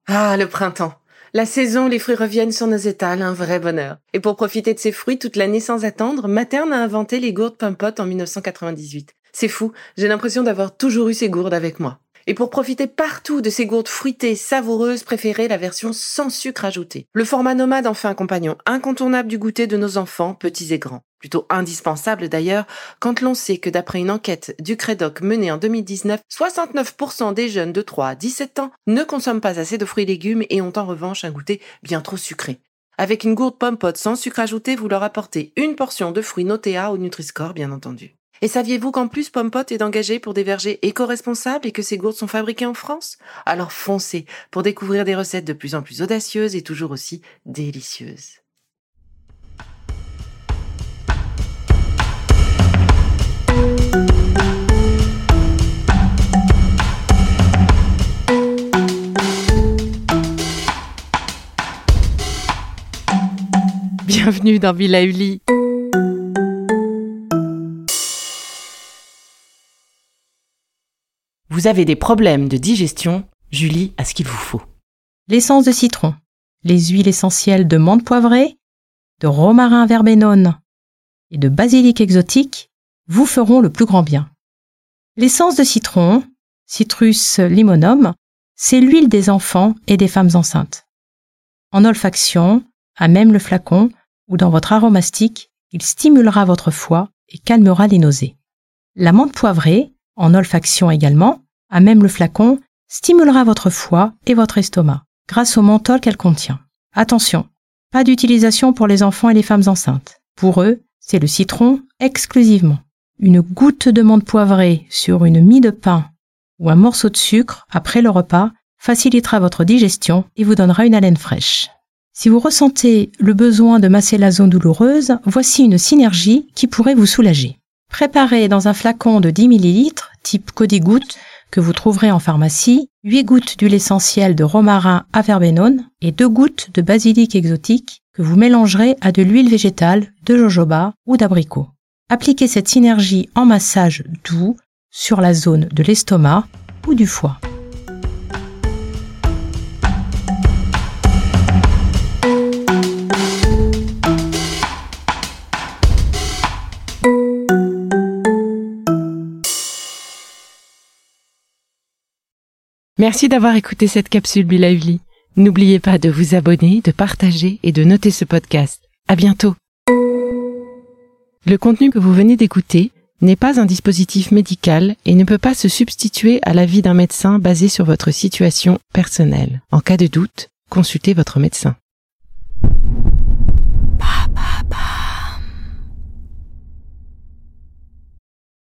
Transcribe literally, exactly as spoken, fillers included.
Ah, le printemps. La saison où les fruits reviennent sur nos étals, un vrai bonheur. Et pour profiter de ces fruits toute l'année sans attendre, Materne a inventé les gourdes Pum-Pot en dix-neuf cent quatre-vingt-dix-huit. C'est fou, j'ai l'impression d'avoir toujours eu ces gourdes avec moi. Et pour profiter partout de ces gourdes fruitées, savoureuses, préférez la version sans sucre ajouté. Le format nomade en fait un compagnon incontournable du goûter de nos enfants, petits et grands. Plutôt indispensable d'ailleurs, quand l'on sait que d'après une enquête du Crédoc menée en deux mille dix-neuf, soixante-neuf pour cent des jeunes de trois à dix-sept ans ne consomment pas assez de fruits et légumes et ont en revanche un goûter bien trop sucré. Avec une gourde Pum-Pot sans sucre ajouté, vous leur apportez une portion de fruits notés A au Nutri-Score, bien entendu. Et saviez-vous qu'en plus Pum-Pot est engagé pour des vergers éco-responsables et que ces gourdes sont fabriquées en France ? Alors foncez pour découvrir des recettes de plus en plus audacieuses et toujours aussi délicieuses. Bienvenue dans Villa Uli. Vous avez des problèmes de digestion, Julie a ce qu'il vous faut. L'essence de citron, les huiles essentielles de menthe poivrée, de romarin verbenone et de basilic exotique vous feront le plus grand bien. L'essence de citron, Citrus limonum, c'est l'huile des enfants et des femmes enceintes. En olfaction, à même le flacon ou dans votre aromastique, il stimulera votre foie et calmera les nausées. La menthe poivrée, en olfaction également, à même le flacon, stimulera votre foie et votre estomac, grâce au menthol qu'elle contient. Attention, pas d'utilisation pour les enfants et les femmes enceintes. Pour eux, c'est le citron exclusivement. Une goutte de menthe poivrée sur une mie de pain ou un morceau de sucre après le repas facilitera votre digestion et vous donnera une haleine fraîche. Si vous ressentez le besoin de masser la zone douloureuse, voici une synergie qui pourrait vous soulager. Préparez dans un flacon de dix millilitres, type Codigoutte, que vous trouverez en pharmacie, huit gouttes d'huile essentielle de romarin à verbenone et deux gouttes de basilic exotique que vous mélangerez à de l'huile végétale, de jojoba ou d'abricot. Appliquez cette synergie en massage doux sur la zone de l'estomac ou du foie. Merci d'avoir écouté cette capsule Villa Uli. N'oubliez pas de vous abonner, de partager et de noter ce podcast. À bientôt. Le contenu que vous venez d'écouter n'est pas un dispositif médical et ne peut pas se substituer à l'avis d'un médecin basé sur votre situation personnelle. En cas de doute, consultez votre médecin.